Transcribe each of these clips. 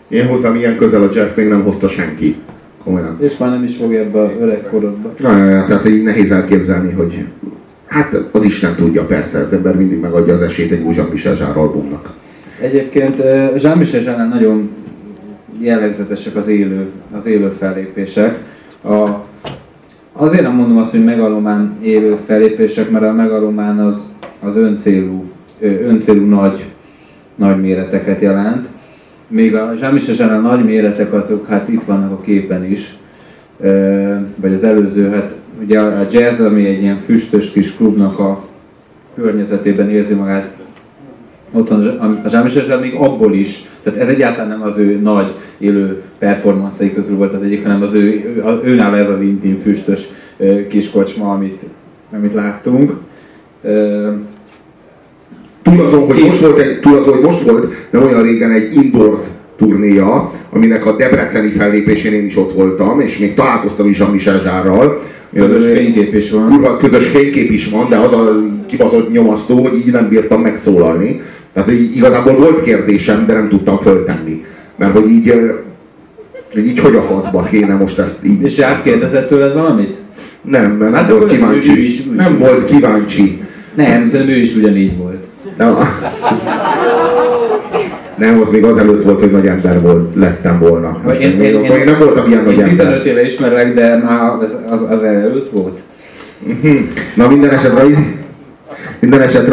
Én hozzám ilyen közel a jazz még nem hozta senki. Komolyan. És már nem is fogja ebbe a öregkorodba. Tehát így nehéz elképzelni, hogy hát az Isten tudja, persze, az ember mindig megadja az esélyt egy új Jean-Michel Jarre albumnak. Egyébként Jean-Michel Jarre nagyon jellegzetesek az élő fellépések. Azért nem mondom azt, hogy megalomán élő fellépések, mert a megalomán az öncélú nagy méreteket jelent. Még a Jean-Michel Jarre nagy méretek azok, hát itt vannak a képen is. Vagy az előző, hát ugye a jazz, ami egy ilyen füstös kis klubnak a környezetében érzi magát, otthon a Jean-Michel Jarre még abból is, tehát ez egyáltalán nem az ő nagy élő performanszai közül volt az egyik, hanem őnála ez az intim füstös kis kocsma, amit láttunk. Túl azon, hogy most volt, nem olyan régen egy indoors turnéja, aminek a debreceni fellépésén én is ott voltam, és még találkoztam is Jean-Michel Jarre-ral. Közös fénykép is van. Kurva, közös fénykép is van, de az a kibaszott nyomasztó, hogy így nem bírtam megszólalni. Tehát igazából volt kérdésem, de nem tudtam föltenni. Mert hogy így hogy a faszba kéne most ezt így... És átkérdezett tőled valamit? Nem, mert nem volt kíváncsi. Nem volt kíváncsi. Nem, szerintem ő is ugyanígy volt. Nem, az még azelőtt volt, hogy nagy ember lettem volna. Én nem voltam ilyen nagy ember. 15 éve ismerlek, de már az előtt volt. Na minden esetre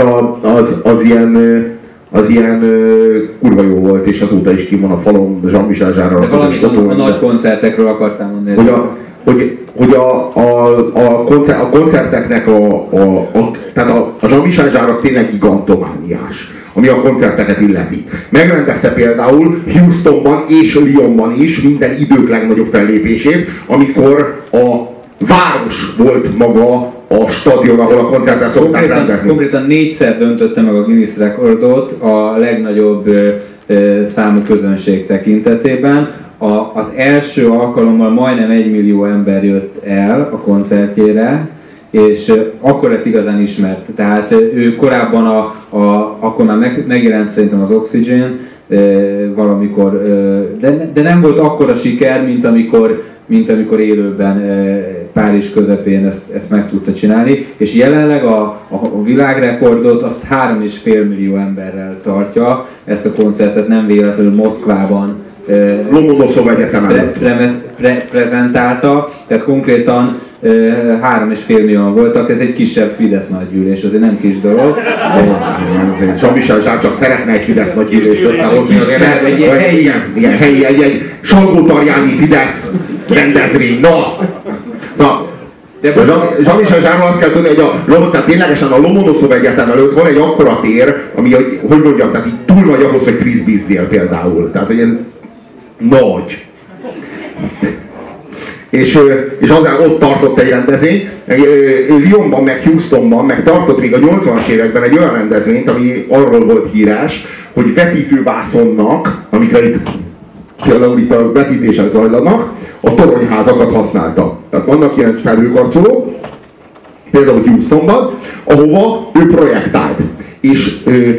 az ilyen kurva jó volt, és azóta is ki van a falon Jean-Michel Jarre-ra. De valamit a nagy koncertekről akartál mondani. Hogy a koncerteknek tehát a Jean-Michel Jarre az tényleg gigantomániás, ami a koncerteket illeti. Megrendezte például Houstonban és Lyonban is minden idők legnagyobb fellépését, amikor a város volt maga a stadion, ahol a koncertet szokták rendezni. Konkrétan 4-szer döntötte meg a Guinness rekordot a legnagyobb számú közönség tekintetében. Az első alkalommal majdnem 1 millió ember jött el a koncertjére, és akkor lett igazán ismert. Tehát ő korábban akkor már megjelent szerintem az Oxygen valamikor, de nem volt akkora siker, mint amikor élőben Párizs közepén ezt meg tudta csinálni, és jelenleg a világrekordot azt 3,5 millió emberrel tartja, ezt a koncertet nem véletlenül Moszkvában Lomonoszov Egyetemen prezentálta, tehát konkrétan 3,5 millióan voltak, ez egy kisebb Fidesz nagygyűlés, azért nem kis dolog. Jean-Michel Jarre csak szeretne egy Fidesz nagygyűlést összehozni, egy helyi, egy Salgó-Tarjáni Fidesz rendezvény. Na. Jean-Michel Jarre azt kell tudni, hogy tehát ténylegesen a Lomonoszov Egyetem előtt van egy akkora tér, ami, hogy mondjam, tehát így túl nagy ahhoz, hogy frisbeezzél például. Tehát, hogy ez nagy. És azért ott tartott egy rendezvény, Lyonban, meg Houstonban, meg tartott még a 80-as években egy olyan rendezvényt, ami arról volt híres, hogy vetítővászonnak, amikre itt a vetítésen zajlanak, a toronyházakat használta. Tehát vannak ilyen felhőkarcolók, például Houstonban, ahova ő projektált. És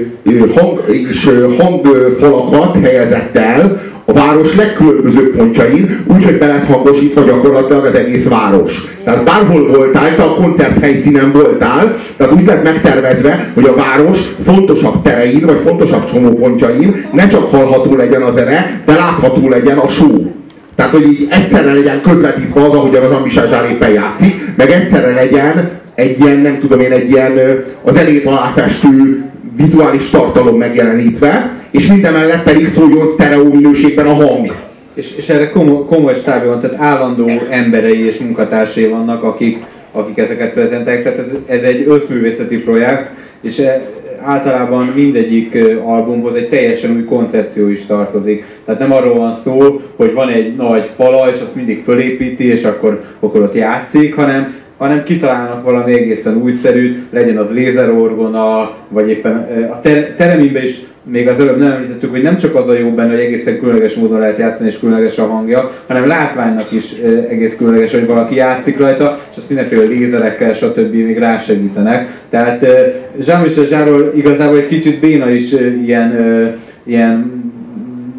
hangfalakat helyezett el a város legkülönbözőbb pontjain, úgyhogy be lett hangosítva gyakorlatilag az egész város. Tehát bárhol voltál, te a koncert helyszínen voltál, tehát úgy lett megtervezve, hogy a város fontosabb terein, vagy fontosabb csomópontjain ne csak hallható legyen a zene, de látható legyen a show. Tehát, hogy így egyszerre legyen közvetítve az, ahogyan az Jean-Michel Jarre éppen játszik, meg egyszerre legyen egy ilyen, nem tudom én, egy ilyen a zenét aláfestő vizuális tartalom megjelenítve, és mindemellett pedig szóljon sztereó minőségben a hang. És erre komoly stábja van, tehát állandó emberei és munkatársai vannak, akik ezeket prezentálják, tehát ez egy összművészeti projekt, és általában mindegyik albumhoz egy teljesen új koncepció is tartozik. Tehát nem arról van szó, hogy van egy nagy fala, és azt mindig fölépíti, és akkor ott játszik, hanem kitalálnak valami egészen újszerűt, legyen az lézerorgona, vagy éppen a teremimben is még az előbb nem említettük, hogy nem csak az a jó benne, hogy egészen különleges módon lehet játszani, és különleges a hangja, hanem látványnak is egész különleges, hogy valaki játszik rajta, és azt mindenféle lézerekkel, stb. Még rásegítenek. Tehát Jean-Michel Jarre igazából egy kicsit béna is ilyen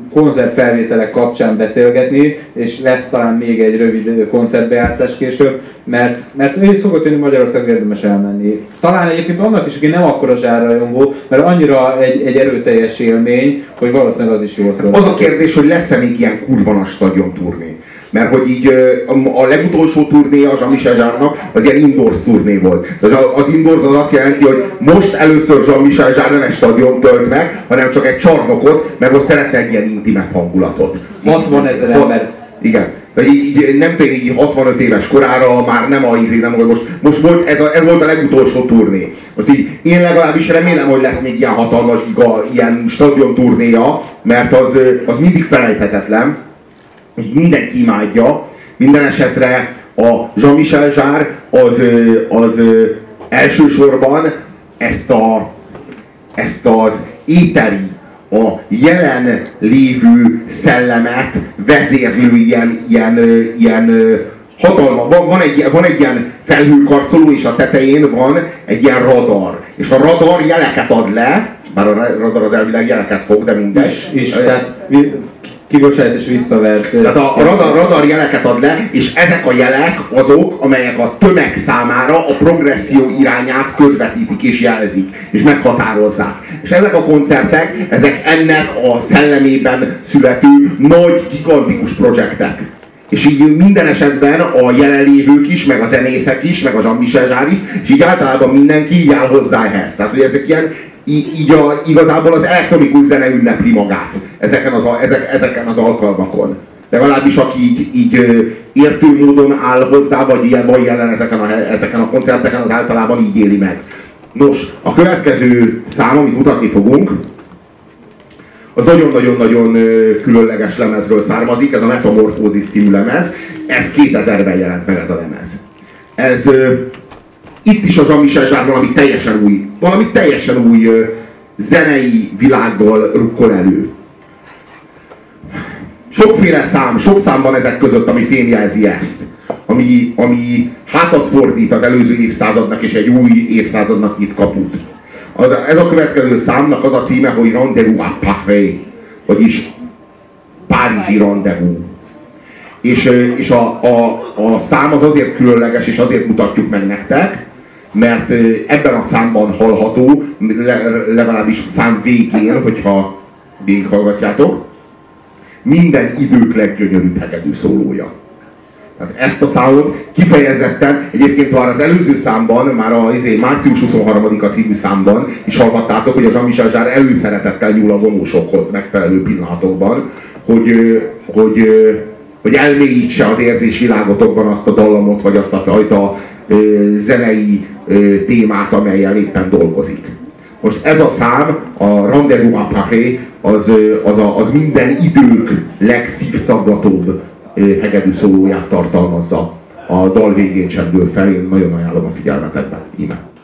koncertfelvételek kapcsán beszélgetni, és lesz talán még egy rövid koncertbejátszás később, mert ő szokott jönni Magyarországon, érdemes elmenni. Talán egyébként annak is, aki nem akkora zsárrajongó, mert annyira egy erőteljes élmény, hogy valószínűleg az is jól szól. Az a kérdés, hogy lesz-e még ilyen kurva nagy stadion turné. Mert hogy így a legutolsó turné a Jean-Michel Jarre-nak az ilyen indoors turné volt. Az indoors az azt jelenti, hogy most először Jean-Michel Jarre nem egy stadion tölt meg, hanem csak egy csarnokot, mert most szeretne egy ilyen intimebb hangulatot. 60 000 ember. Igen. De így nem tényleg így 65 éves korára már nem most volt, ez volt a legutolsó turné. Most így én legalábbis remélem, hogy lesz még ilyen hatalmas ilyen stadion turnéja, mert az mindig felejthetetlen. Mindenki imádja, minden esetre a Jean-Michel Jarre az elsősorban ezt az éteri, a jelen lévő szellemet vezérlő ilyen hatalma. Van egy ilyen felhőkarcoló, és a tetején van egy ilyen radar. És a radar jeleket ad le, bár a radar az elvileg jeleket fog, de mindegy. Tehát kibocsát és visszavert. Tehát a radar jeleket ad le, és ezek a jelek azok, amelyek a tömeg számára a progresszió irányát közvetítik és jelzik, és meghatározzák. És ezek a koncertek, ezek ennek a szellemében születő nagy, gigantikus projektek. És így minden esetben a jelenlévők is, meg a zenészek is, meg a Jean-Michel Jarre is, és így általában mindenki így áll hozzá ehhez. Tehát, hogy ezek ilyen, igazából az elektronikus zene ünnepli magát ezeken az alkalmakon. De legalábbis aki így értő módon áll hozzá, vagy ilyen van jelen ezeken a koncerteken, az általában így éli meg. Nos, a következő szám, amit mutatni fogunk, az nagyon-nagyon-nagyon különleges lemezről származik, ez a Metamorphosis című lemez, ez 2000-ben jelent meg ez a lemez. Ez itt is a Jean-Michel Jarre valami teljesen új zenei világgal rukkol elő. Sokféle sok szám van ezek között, ami fémjelzi ezt. Ami hátat fordít az előző évszázadnak, és egy új évszázadnak nyit kaput. Ez a következő számnak az a címe, hogy Rendezvous à Paris, vagyis Párizsi rendezvous. És a szám az azért különleges, és azért mutatjuk meg nektek, mert ebben a számban hallható, legalábbis szám végén, hogyha végighallgatjátok, minden idők leggyönyörűbb hegedű szólója. Tehát ezt a számot kifejezetten, egyébként már az előző számban, már a március 23-a című számban is hallhattátok, hogy a Jean-Michel Jarre előszeretettel nyúl a vonósokhoz megfelelő pillanatokban, hogy elmélyítse az érzésvilágotokban azt a dallamot, vagy azt a fajta zenei témát, amellyel éppen dolgozik. Most ez a szám, a Rendezvous à Paris, az minden idők legszívszaggatóbb hegedű szólóját tartalmazza. A dal végén csendül fel, én nagyon ajánlom a figyelmetekbe. Íme.